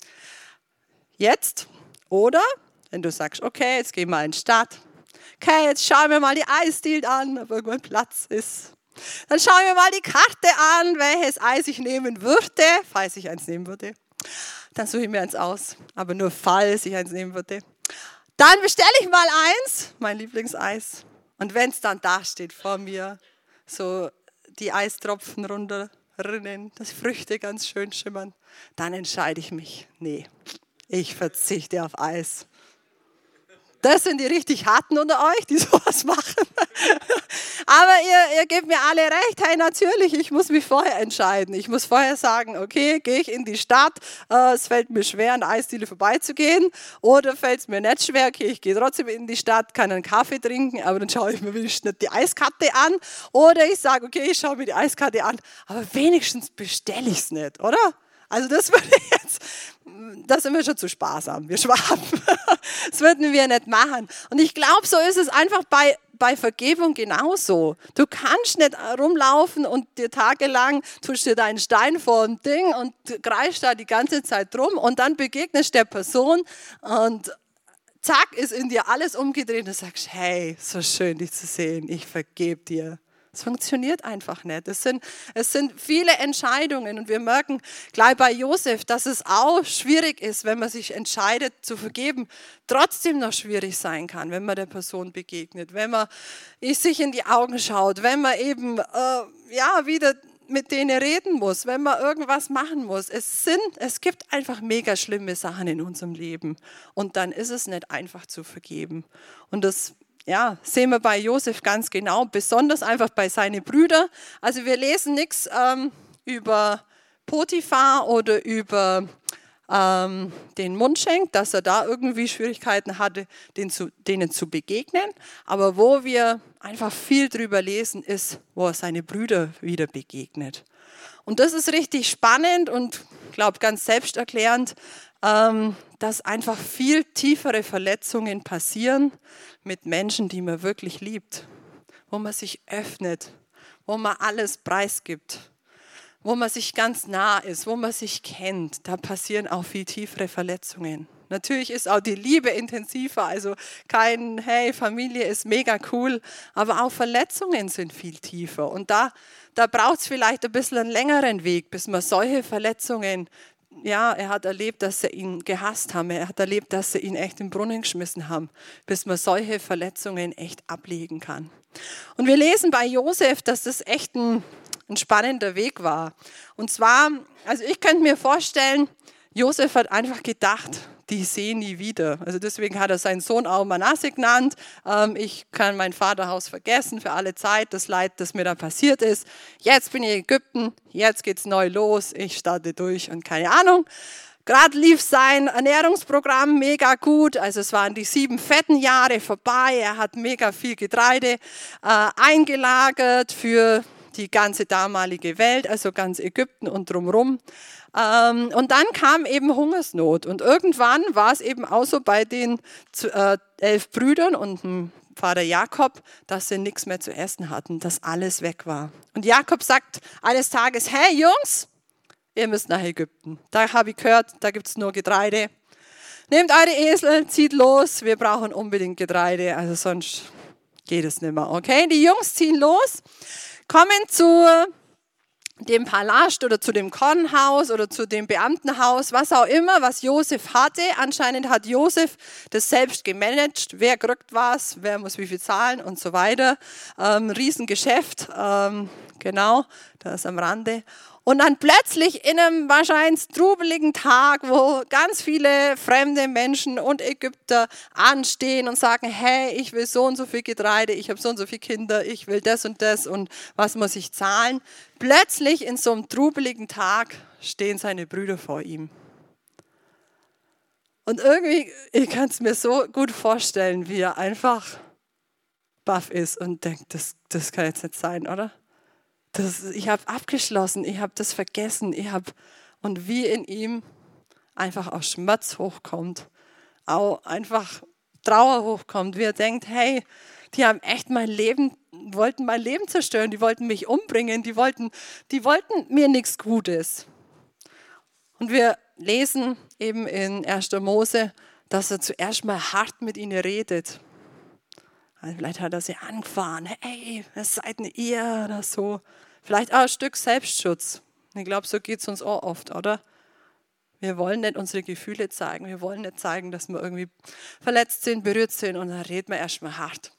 Jetzt oder wenn du sagst, okay, jetzt gehen wir in die Stadt. Okay, jetzt schauen wir mal die Eisdiele an, ob irgendwo ein Platz ist. Dann schauen wir mal die Karte an, welches Eis ich nehmen würde, falls ich eins nehmen würde. Dann suche ich mir eins aus, aber nur falls ich eins nehmen würde. Dann bestelle ich mal eins, mein Lieblingseis. Und wenn es dann da steht vor mir, so die Eistropfen runterrinnen, dass Früchte ganz schön schimmern, dann entscheide ich mich, nee, ich verzichte auf Eis. Das sind die richtig Harten unter euch, die sowas machen. Aber ihr gebt mir alle recht, hey, natürlich, ich muss mich vorher entscheiden. Ich muss vorher sagen, okay, gehe ich in die Stadt, es fällt mir schwer, an der Eisdiele vorbeizugehen, oder fällt es mir nicht schwer, okay, ich gehe trotzdem in die Stadt, kann einen Kaffee trinken, aber dann schaue ich mir wenigstens nicht die Eiskarte an, oder ich sage, okay, ich schaue mir die Eiskarte an, aber wenigstens bestelle ich es nicht, oder? Also das würde jetzt, da sind wir schon zu sparsam, wir Schwaben. Das würden wir nicht machen. Und ich glaube, so ist es einfach bei Vergebung genauso. Du kannst nicht rumlaufen und dir tagelang tust dir deinen Stein vor ein Ding und greifst da die ganze Zeit rum und dann begegnest der Person und zack, ist in dir alles umgedreht und du sagst, hey, so schön dich zu sehen, ich vergebe dir. Es funktioniert einfach nicht. Es sind viele Entscheidungen und wir merken gleich bei Josef, dass es auch schwierig ist, wenn man sich entscheidet zu vergeben, trotzdem noch schwierig sein kann, wenn man der Person begegnet, wenn man sich in die Augen schaut, wenn man eben wieder mit denen reden muss, wenn man irgendwas machen muss. Es gibt einfach mega schlimme Sachen in unserem Leben und dann ist es nicht einfach zu vergeben. Und das sehen wir bei Josef ganz genau, besonders einfach bei seinen Brüdern. Also wir lesen nichts über Potiphar oder über den Mundschenk, dass er da irgendwie Schwierigkeiten hatte, denen zu begegnen. Aber wo wir einfach viel drüber lesen, ist, wo er seine Brüder wieder begegnet. Und das ist richtig spannend und, ich glaube, ganz selbsterklärend, dass einfach viel tiefere Verletzungen passieren mit Menschen, die man wirklich liebt, wo man sich öffnet, wo man alles preisgibt, wo man sich ganz nah ist, wo man sich kennt. Da passieren auch viel tiefere Verletzungen. Natürlich ist auch die Liebe intensiver, also kein, hey, Familie ist mega cool, aber auch Verletzungen sind viel tiefer. Und da braucht es vielleicht ein bisschen einen längeren Weg, bis man solche Verletzungen, er hat erlebt, dass sie ihn gehasst haben. Er hat erlebt, dass sie ihn echt in den Brunnen geschmissen haben, bis man solche Verletzungen echt ablegen kann. Und wir lesen bei Josef, dass das echt ein spannender Weg war. Und zwar, also ich könnte mir vorstellen, Josef hat einfach gedacht, die sehen nie wieder. Also deswegen hat er seinen Sohn auch Manasse genannt. Ich kann mein Vaterhaus vergessen für alle Zeit, das Leid, das mir da passiert ist. Jetzt bin ich in Ägypten, jetzt geht's neu los, ich starte durch und keine Ahnung. Gerade lief sein Ernährungsprogramm mega gut, also es waren die 7 fetten Jahre vorbei. Er hat mega viel Getreide eingelagert für die ganze damalige Welt, also ganz Ägypten und drumherum. Und dann kam eben Hungersnot und irgendwann war es eben auch so bei den 11 Brüdern und dem Vater Jakob, dass sie nichts mehr zu essen hatten, dass alles weg war. Und Jakob sagt eines Tages, hey Jungs, ihr müsst nach Ägypten. Da habe ich gehört, da gibt es nur Getreide. Nehmt eure Esel, zieht los, wir brauchen unbedingt Getreide, also sonst geht es nicht mehr. Okay, die Jungs ziehen los, kommen zu dem Palast oder zu dem Kornhaus oder zu dem Beamtenhaus, was auch immer, was Josef hatte. Anscheinend hat Josef das selbst gemanagt. Wer kriegt was, wer muss wie viel zahlen und so weiter. Riesengeschäft, genau, das am Rande. Und dann plötzlich in einem wahrscheinlich trubeligen Tag, wo ganz viele fremde Menschen und Ägypter anstehen und sagen, hey, ich will so und so viel Getreide, ich habe so und so viele Kinder, ich will das und was muss ich zahlen? Plötzlich in so einem trubeligen Tag stehen seine Brüder vor ihm. Und irgendwie, ich kann es mir so gut vorstellen, wie er einfach baff ist und denkt, das kann jetzt nicht sein, oder? Ich habe abgeschlossen, ich habe das vergessen, und wie in ihm einfach auch Schmerz hochkommt, auch einfach Trauer hochkommt, wie er denkt, hey, die haben echt wollten mein Leben zerstören, die wollten mich umbringen, die wollten mir nichts Gutes. Und wir lesen eben in 1. Mose, dass er zuerst mal hart mit ihnen redet. Also vielleicht hat er sie angefahren, hey, was seid denn ihr oder so. Vielleicht auch ein Stück Selbstschutz. Ich glaube, so geht es uns auch oft, oder? Wir wollen nicht unsere Gefühle zeigen. Wir wollen nicht zeigen, dass wir irgendwie verletzt sind, berührt sind. Und dann reden wir erstmal hart.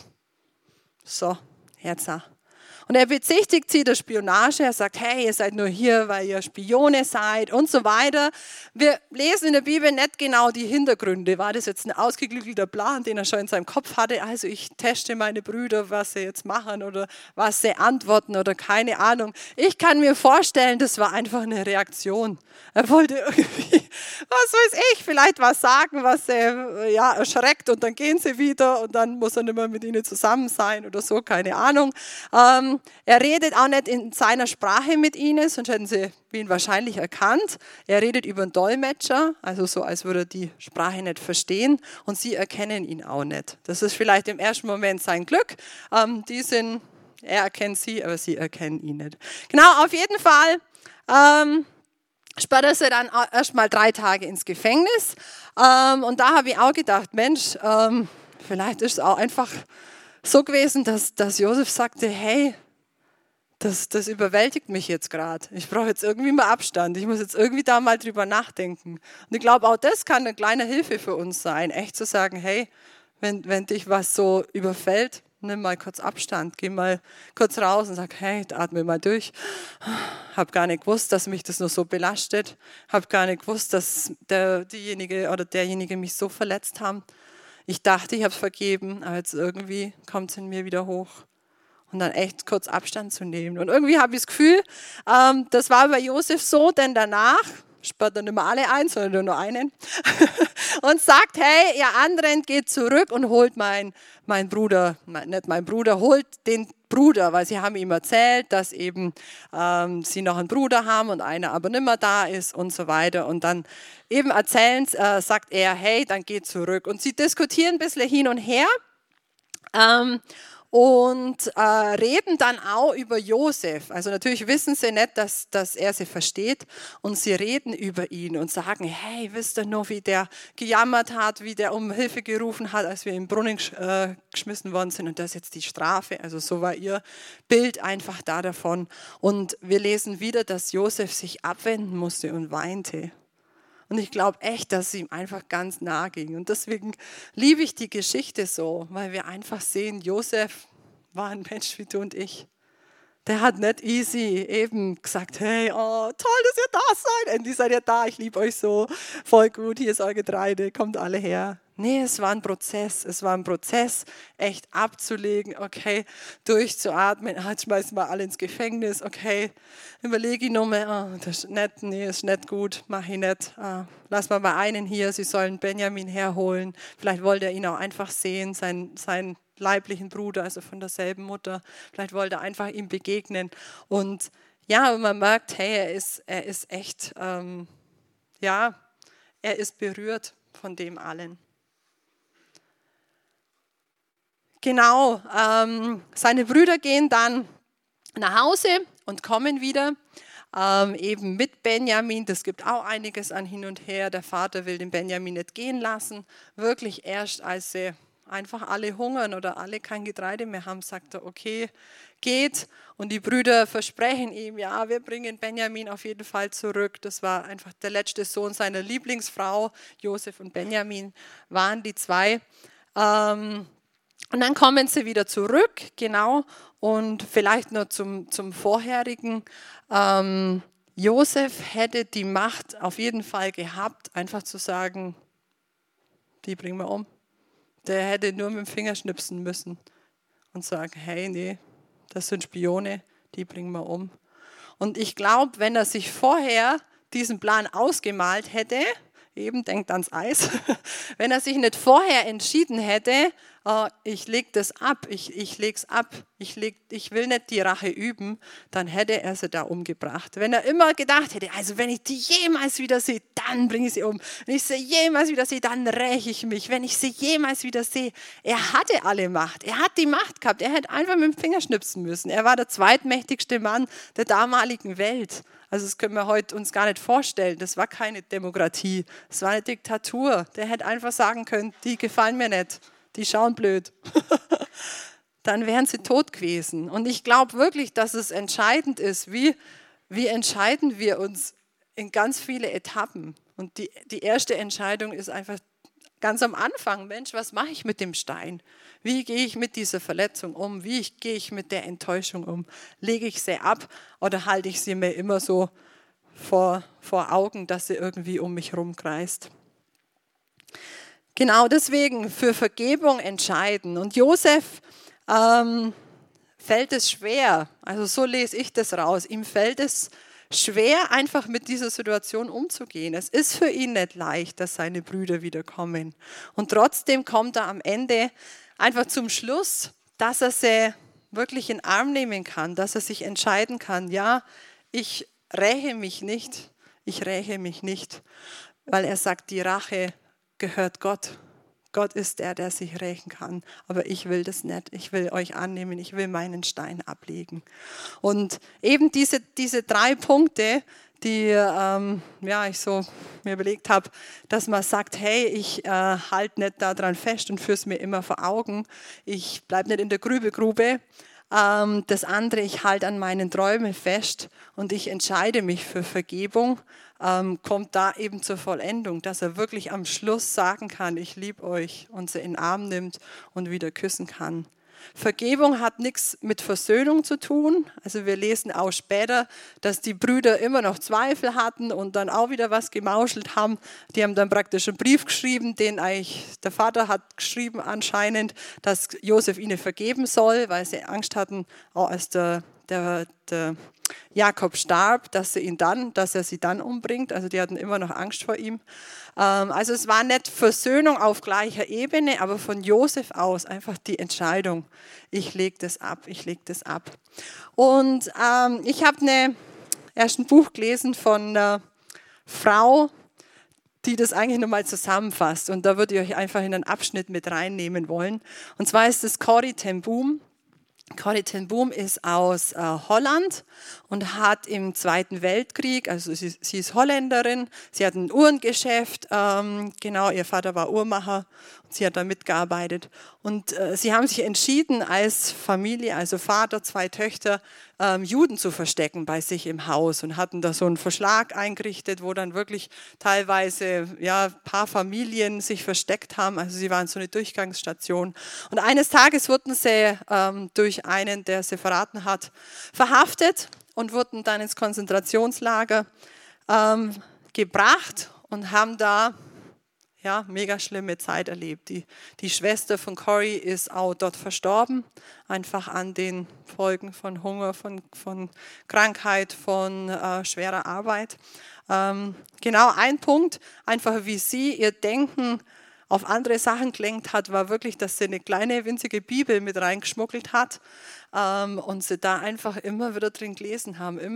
So, Herz. Und er bezichtigt sie der Spionage. Er sagt, hey, ihr seid nur hier, weil ihr Spione seid und so weiter. Wir lesen in der Bibel nicht genau die Hintergründe. War das jetzt ein ausgeklügelter Plan, den er schon in seinem Kopf hatte? Also ich teste meine Brüder, was sie jetzt machen oder was sie antworten oder keine Ahnung. Ich kann mir vorstellen, das war einfach eine Reaktion. Er wollte irgendwie, was weiß ich, vielleicht was sagen, was sie erschreckt und dann gehen sie wieder und dann muss er nicht mehr mit ihnen zusammen sein oder so, keine Ahnung. Er redet auch nicht in seiner Sprache mit ihnen, sonst hätten sie ihn wahrscheinlich erkannt. Er redet über einen Dolmetscher, also so, als würde er die Sprache nicht verstehen und sie erkennen ihn auch nicht. Das ist vielleicht im ersten Moment sein Glück. Er erkennt sie, aber sie erkennen ihn nicht. Genau, auf jeden Fall sperrt er sie dann erst mal 3 Tage ins Gefängnis. Und da habe ich auch gedacht, Mensch, vielleicht ist es auch einfach so gewesen, dass Josef sagte, hey, das überwältigt mich jetzt gerade. Ich brauche jetzt irgendwie mal Abstand. Ich muss jetzt irgendwie da mal drüber nachdenken. Und ich glaube, auch das kann eine kleine Hilfe für uns sein, echt zu sagen, hey, wenn dich was so überfällt, nimm mal kurz Abstand, geh mal kurz raus und sag, hey, atme mal durch. Hab gar nicht gewusst, dass mich das nur so belastet. Hab gar nicht gewusst, dass diejenige oder derjenige mich so verletzt haben. Ich dachte, ich habe es vergeben, aber jetzt irgendwie kommt es in mir wieder hoch. Und dann echt kurz Abstand zu nehmen. Und irgendwie habe ich das Gefühl, das war bei Josef so, denn danach sperrt er nicht mehr alle ein, sondern nur einen. Und sagt, hey, ihr anderen geht zurück und holt meinen Bruder, nicht mein Bruder, holt den Bruder, weil sie haben ihm erzählt, dass eben sie noch einen Bruder haben und einer aber nicht mehr da ist und so weiter. Und dann eben sagt er, hey, dann geht zurück. Und sie diskutieren ein bisschen hin und her. Und reden dann auch über Josef. Also natürlich wissen sie nicht, dass er sie versteht. Und sie reden über ihn und sagen, hey, wisst ihr noch, wie der gejammert hat, wie der um Hilfe gerufen hat, als wir im Brunnen geschmissen worden sind. Und das ist jetzt die Strafe. Also so war ihr Bild einfach da davon. Und wir lesen wieder, dass Josef sich abwenden musste und weinte. Und ich glaube echt, dass es ihm einfach ganz nah ging. Und deswegen liebe ich die Geschichte so, weil wir einfach sehen, Josef war ein Mensch wie du und ich. Der hat nicht easy eben gesagt, hey, oh, toll, dass ihr da seid. Endlich seid ihr da, ich liebe euch so. Voll gut, hier ist euer Getreide, kommt alle her. Nee, es war ein Prozess. Es war ein Prozess, echt abzulegen, okay, durchzuatmen. Jetzt schmeißen wir alle ins Gefängnis, okay, überlege ich nochmal, das ist nicht, nee, ist nicht gut, mache ich nicht. Lass mal einen hier, sie sollen Benjamin herholen. Vielleicht wollte er ihn auch einfach sehen, sein leiblichen Bruder, also von derselben Mutter. Vielleicht wollte er einfach ihm begegnen. Und ja, man merkt, hey, er ist echt, er ist berührt von dem allen. Genau, seine Brüder gehen dann nach Hause und kommen wieder, eben mit Benjamin. Das gibt auch einiges an hin und her. Der Vater will den Benjamin nicht gehen lassen. Wirklich erst, als sie einfach alle hungern oder alle kein Getreide mehr haben, sagt er, okay, geht. Und die Brüder versprechen ihm, ja, wir bringen Benjamin auf jeden Fall zurück. Das war einfach der letzte Sohn seiner Lieblingsfrau. Josef und Benjamin waren die 2. Und dann kommen sie wieder zurück, genau, und vielleicht nur zum Vorherigen. Josef hätte die Macht auf jeden Fall gehabt, einfach zu sagen, die bringen wir um. Der hätte nur mit dem Finger schnipsen müssen und sagen, hey, nee, das sind Spione, die bringen wir um. Und ich glaube, wenn er sich vorher diesen Plan ausgemalt hätte, eben denkt ans Eis, wenn er sich nicht vorher entschieden hätte, ich lege das ab, ich lege es ab, ich will nicht die Rache üben, dann hätte er sie da umgebracht. Wenn er immer gedacht hätte, also wenn ich die jemals wieder sehe, dann bringe ich sie um. Wenn ich sie jemals wieder sehe, dann räche ich mich. Wenn ich sie jemals wieder sehe, er hatte alle Macht, er hat die Macht gehabt, er hätte einfach mit dem Finger schnipsen müssen. Er war der zweitmächtigste Mann der damaligen Welt. Also das können wir heute uns gar nicht vorstellen. Das war keine Demokratie, das war eine Diktatur. Der hätte einfach sagen können, die gefallen mir nicht, die schauen blöd. Dann wären sie tot gewesen. Und ich glaube wirklich, dass es entscheidend ist, wie entscheiden wir uns in ganz viele Etappen. Und die erste Entscheidung ist einfach ganz am Anfang, Mensch, was mache ich mit dem Stein? Wie gehe ich mit dieser Verletzung um? Wie gehe ich mit der Enttäuschung um? Lege ich sie ab oder halte ich sie mir immer so vor Augen, dass sie irgendwie um mich rumkreist? Genau deswegen für Vergebung entscheiden. Und Josef fällt es schwer, also so lese ich das raus, ihm fällt es schwer, einfach mit dieser Situation umzugehen. Es ist für ihn nicht leicht, dass seine Brüder wiederkommen. Und trotzdem kommt er am Ende einfach zum Schluss, dass er sie wirklich in den Arm nehmen kann, dass er sich entscheiden kann, ja, ich räche mich nicht, weil er sagt, die Rache gehört Gott. Gott ist der sich rächen kann, aber ich will das nicht. Ich will euch annehmen, ich will meinen Stein ablegen. Und eben diese 3 Punkte, die ich so mir überlegt habe, dass man sagt, hey, ich halte nicht daran fest und führe es mir immer vor Augen. Ich bleibe nicht in der Grübelgrube. Das andere, ich halte an meinen Träumen fest und ich entscheide mich für Vergebung, kommt da eben zur Vollendung, dass er wirklich am Schluss sagen kann, ich liebe euch und sie in den Arm nimmt und wieder küssen kann. Vergebung hat nichts mit Versöhnung zu tun. Also wir lesen auch später, dass die Brüder immer noch Zweifel hatten und dann auch wieder was gemauschelt haben. Die haben dann praktisch einen Brief geschrieben, den eigentlich der Vater hat geschrieben anscheinend, dass Josef ihnen vergeben soll, weil sie Angst hatten, auch als der Jakob starb, dass er sie dann umbringt. Also die hatten immer noch Angst vor ihm. Also es war nicht Versöhnung auf gleicher Ebene, aber von Josef aus einfach die Entscheidung, ich lege das ab. Und ich habe erst ein Buch gelesen von einer Frau, die das eigentlich nochmal zusammenfasst. Und da würde ich euch einfach in einen Abschnitt mit reinnehmen wollen. Und zwar ist es Corrie ten Boom. Corrie ten Boom ist aus Holland und hat im Zweiten Weltkrieg, also sie ist Holländerin, sie hat ein Uhrengeschäft, ihr Vater war Uhrmacher und sie hat da mitgearbeitet. Und sie haben sich entschieden als Familie, also Vater, 2 Töchter, Juden zu verstecken bei sich im Haus und hatten da so einen Verschlag eingerichtet, wo dann wirklich teilweise ein paar Familien sich versteckt haben. Also sie waren so eine Durchgangsstation. Und eines Tages wurden sie durch einen, der sie verraten hat, verhaftet und wurden dann ins Konzentrationslager gebracht und haben da mega schlimme Zeit erlebt. Die Schwester von Corrie ist auch dort verstorben, einfach an den Folgen von Hunger, von Krankheit, von schwerer Arbeit. Ein Punkt, einfach wie sie ihr Denken auf andere Sachen gelenkt hat, war wirklich, dass sie eine kleine winzige Bibel mit reingeschmuggelt hat und sie da einfach immer wieder drin gelesen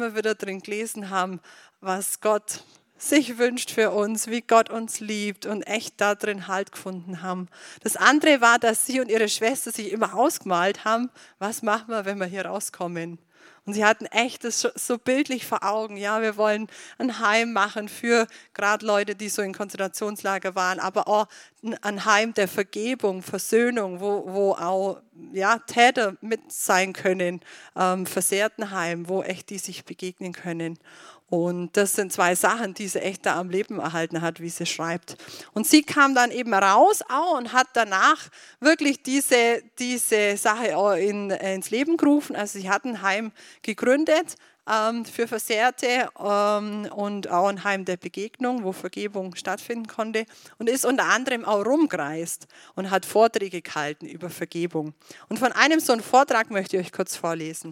haben, was Gott sich wünscht für uns, wie Gott uns liebt und echt da drin Halt gefunden haben. Das andere war, dass sie und ihre Schwester sich immer ausgemalt haben, was machen wir, wenn wir hier rauskommen. Und sie hatten echt das so bildlich vor Augen. Ja, wir wollen ein Heim machen für gerade Leute, die so in Konzentrationslager waren, aber auch ein Heim der Vergebung, Versöhnung, wo auch Täter mit sein können, Versehrtenheim, wo echt die sich begegnen können. Und das sind 2 Sachen, die sie echt da am Leben erhalten hat, wie sie schreibt. Und sie kam dann eben raus auch und hat danach wirklich diese Sache auch ins Leben gerufen. Also sie hat ein Heim gegründet für Versehrte und auch ein Heim der Begegnung, wo Vergebung stattfinden konnte. Und ist unter anderem auch rumgereist und hat Vorträge gehalten über Vergebung. Und von einem so einen Vortrag möchte ich euch kurz vorlesen.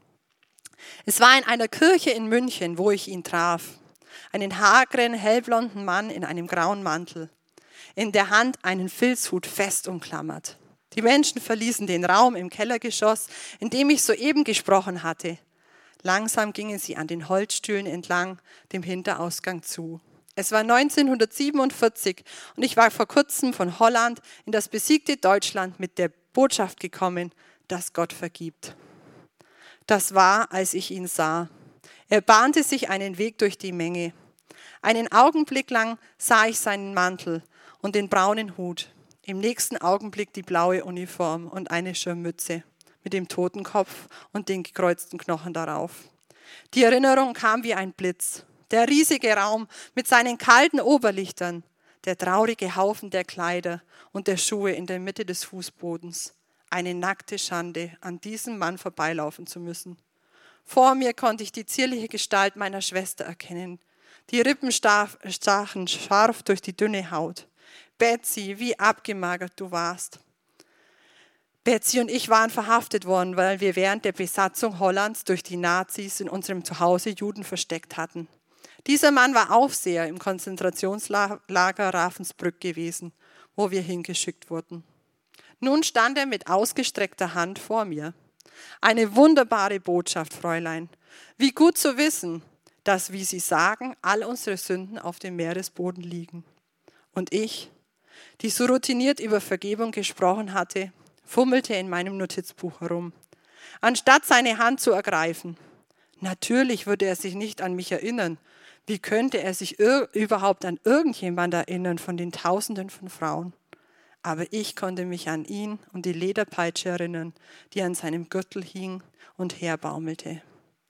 Es war in einer Kirche in München, wo ich ihn traf. Einen hageren, hellblonden Mann in einem grauen Mantel, in der Hand einen Filzhut fest umklammert. Die Menschen verließen den Raum im Kellergeschoss, in dem ich soeben gesprochen hatte. Langsam gingen sie an den Holzstühlen entlang, dem Hinterausgang zu. Es war 1947 und ich war vor kurzem von Holland in das besiegte Deutschland mit der Botschaft gekommen, dass Gott vergibt. Das war, als ich ihn sah. Er bahnte sich einen Weg durch die Menge. Einen Augenblick lang sah ich seinen Mantel und den braunen Hut. Im nächsten Augenblick die blaue Uniform und eine Schirmmütze mit dem Totenkopf und den gekreuzten Knochen darauf. Die Erinnerung kam wie ein Blitz. Der riesige Raum mit seinen kalten Oberlichtern, der traurige Haufen der Kleider und der Schuhe in der Mitte des Fußbodens. Eine nackte Schande, an diesem Mann vorbeilaufen zu müssen. Vor mir konnte ich die zierliche Gestalt meiner Schwester erkennen. Die Rippen stachen scharf durch die dünne Haut. Betsy, wie abgemagert du warst. Betsy und ich waren verhaftet worden, weil wir während der Besatzung Hollands durch die Nazis in unserem Zuhause Juden versteckt hatten. Dieser Mann war Aufseher im Konzentrationslager Ravensbrück gewesen, wo wir hingeschickt wurden. Nun stand er mit ausgestreckter Hand vor mir. Eine wunderbare Botschaft, Fräulein. Wie gut zu wissen, dass, wie Sie sagen, all unsere Sünden auf dem Meeresboden liegen. Und ich, die so routiniert über Vergebung gesprochen hatte, fummelte in meinem Notizbuch herum, anstatt seine Hand zu ergreifen. Natürlich würde er sich nicht an mich erinnern. Wie könnte er sich überhaupt an irgendjemand erinnern von den Tausenden von Frauen? Aber ich konnte mich an ihn und die Lederpeitsche erinnern, die an seinem Gürtel hing und herbaumelte.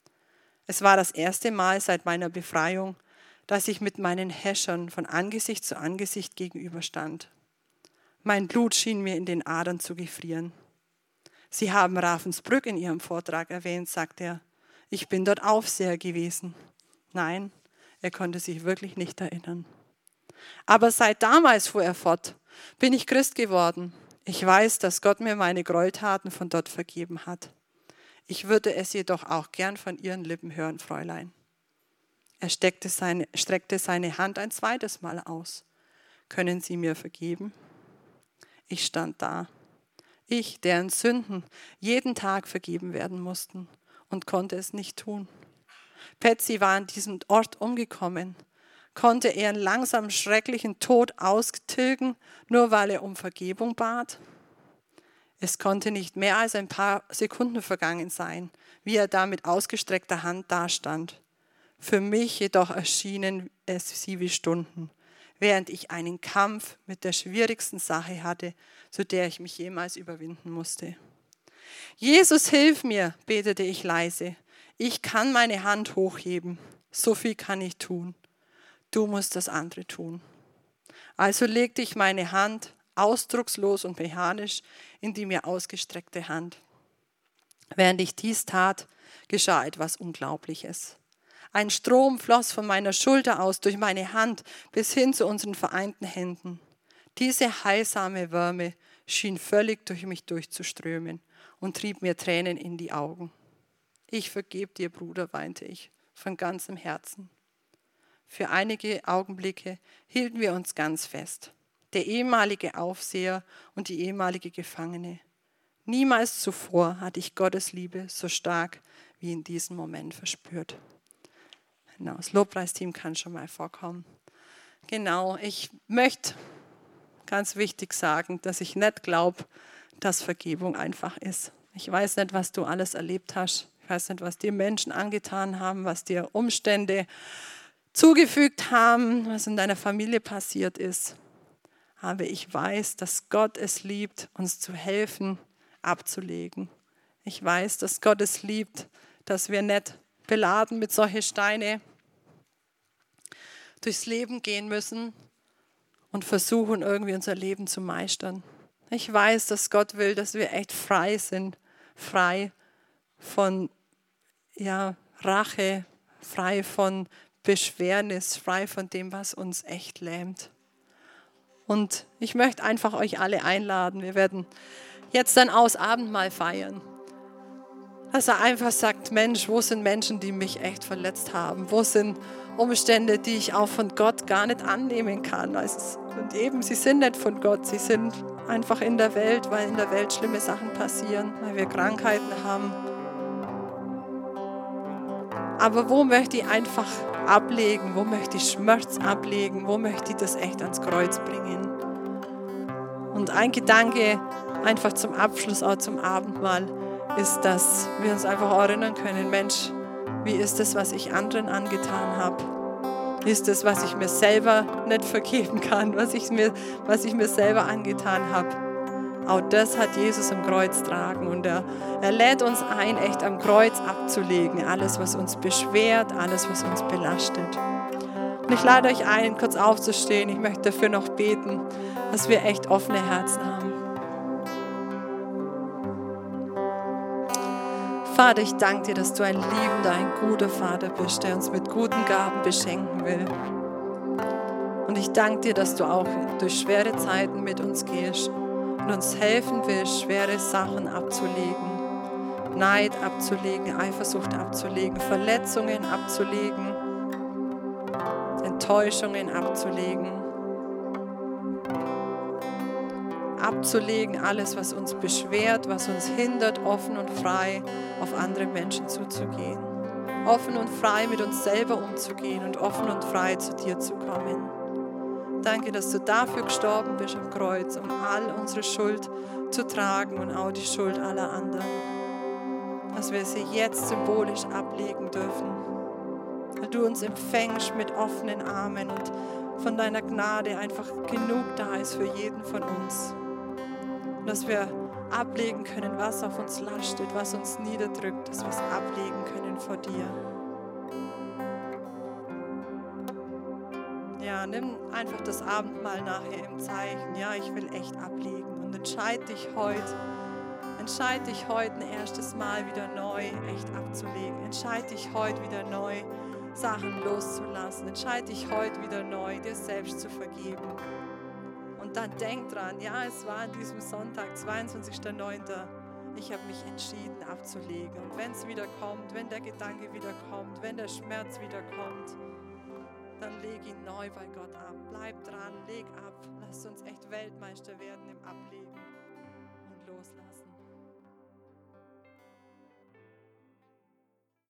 Es war das erste Mal seit meiner Befreiung, dass ich mit meinen Häschern von Angesicht zu Angesicht gegenüberstand. Mein Blut schien mir in den Adern zu gefrieren. Sie haben Ravensbrück in Ihrem Vortrag erwähnt, sagte er. Ich bin dort Aufseher gewesen. Nein, er konnte sich wirklich nicht erinnern. Aber seit damals, fuhr er fort, bin ich Christ geworden. Ich weiß, dass Gott mir meine Gräueltaten von dort vergeben hat. Ich würde es jedoch auch gern von Ihren Lippen hören, Fräulein. Er streckte seine Hand ein zweites Mal aus. Können Sie mir vergeben? Ich stand da. Ich, deren Sünden jeden Tag vergeben werden mussten und konnte es nicht tun. Betsy war an diesem Ort umgekommen. Konnte er einen langsam schrecklichen Tod austilgen, nur weil er um Vergebung bat? Es konnte nicht mehr als ein paar Sekunden vergangen sein, wie er da mit ausgestreckter Hand dastand. Für mich jedoch erschienen es sie wie Stunden, während ich einen Kampf mit der schwierigsten Sache hatte, zu der ich mich jemals überwinden musste. Jesus, hilf mir, betete ich leise. Ich kann meine Hand hochheben, so viel kann ich tun. Du musst das andere tun. Also legte ich meine Hand ausdruckslos und mechanisch in die mir ausgestreckte Hand. Während ich dies tat, geschah etwas Unglaubliches. Ein Strom floss von meiner Schulter aus durch meine Hand bis hin zu unseren vereinten Händen. Diese heilsame Wärme schien völlig durch mich durchzuströmen und trieb mir Tränen in die Augen. Ich vergebe dir, Bruder, weinte ich, von ganzem Herzen. Für einige Augenblicke hielten wir uns ganz fest. Der ehemalige Aufseher und die ehemalige Gefangene. Niemals zuvor hatte ich Gottes Liebe so stark wie in diesem Moment verspürt. Genau, das Lobpreisteam kann schon mal vorkommen. Genau, ich möchte ganz wichtig sagen, dass ich nicht glaube, dass Vergebung einfach ist. Ich weiß nicht, was du alles erlebt hast. Ich weiß nicht, was dir Menschen angetan haben, was dir Umstände zugefügt haben, was in deiner Familie passiert ist. Aber ich weiß, dass Gott es liebt, uns zu helfen, abzulegen. Ich weiß, dass Gott es liebt, dass wir nicht beladen mit solchen Steine durchs Leben gehen müssen und versuchen, irgendwie unser Leben zu meistern. Ich weiß, dass Gott will, dass wir echt frei sind, frei von Rache, frei von Beschwernis, frei von dem, was uns echt lähmt. Und ich möchte einfach euch alle einladen. Wir werden jetzt dann Abendmahl feiern. Dass er einfach sagt, Mensch, wo sind Menschen, die mich echt verletzt haben? Wo sind Umstände, die ich auch von Gott gar nicht annehmen kann? Und eben, sie sind nicht von Gott, sie sind einfach in der Welt, weil in der Welt schlimme Sachen passieren, weil wir Krankheiten haben. Aber wo möchte ich einfach ablegen? Wo möchte ich Schmerz ablegen? Wo möchte ich das echt ans Kreuz bringen? Und ein Gedanke einfach zum Abschluss, auch zum Abendmahl, ist, dass wir uns einfach erinnern können, Mensch, wie ist das, was ich anderen angetan habe? Wie ist das, was ich mir selber nicht vergeben kann, was ich mir selber angetan habe? Auch das hat Jesus am Kreuz tragen und er lädt uns ein, echt am Kreuz abzulegen. Alles, was uns beschwert, alles, was uns belastet. Und ich lade euch ein, kurz aufzustehen. Ich möchte dafür noch beten, dass wir echt offene Herzen haben. Vater, ich danke dir, dass du ein liebender, ein guter Vater bist, der uns mit guten Gaben beschenken will. Und ich danke dir, dass du auch durch schwere Zeiten mit uns gehst und uns helfen willst, schwere Sachen abzulegen. Neid abzulegen, Eifersucht abzulegen, Verletzungen abzulegen, Enttäuschungen abzulegen. Abzulegen, alles, was uns beschwert, was uns hindert, offen und frei auf andere Menschen zuzugehen. Offen und frei mit uns selber umzugehen und offen und frei zu dir zu kommen. Danke, dass du dafür gestorben bist am Kreuz, um all unsere Schuld zu tragen und auch die Schuld aller anderen. Dass wir sie jetzt symbolisch ablegen dürfen. Weil du uns empfängst mit offenen Armen und von deiner Gnade einfach genug da ist für jeden von uns. Und dass wir ablegen können, was auf uns lastet, was uns niederdrückt, dass wir es ablegen können vor dir. Ja, nimm einfach das Abendmahl nachher im Zeichen. Ja, ich will echt ablegen und entscheid dich heute ein erstes Mal wieder neu echt abzulegen. Entscheid dich heute wieder neu, Sachen loszulassen. Entscheid dich heute wieder neu, dir selbst zu vergeben. Und dann denk dran, ja, es war an diesem Sonntag, 22.09. Ich habe mich entschieden abzulegen. Und wenn es wieder kommt, wenn der Gedanke wieder kommt, wenn der Schmerz wieder kommt, dann leg ihn neu bei Gott ab. Bleib dran, leg ab. Lass uns echt Weltmeister werden im Ablegen und Loslassen.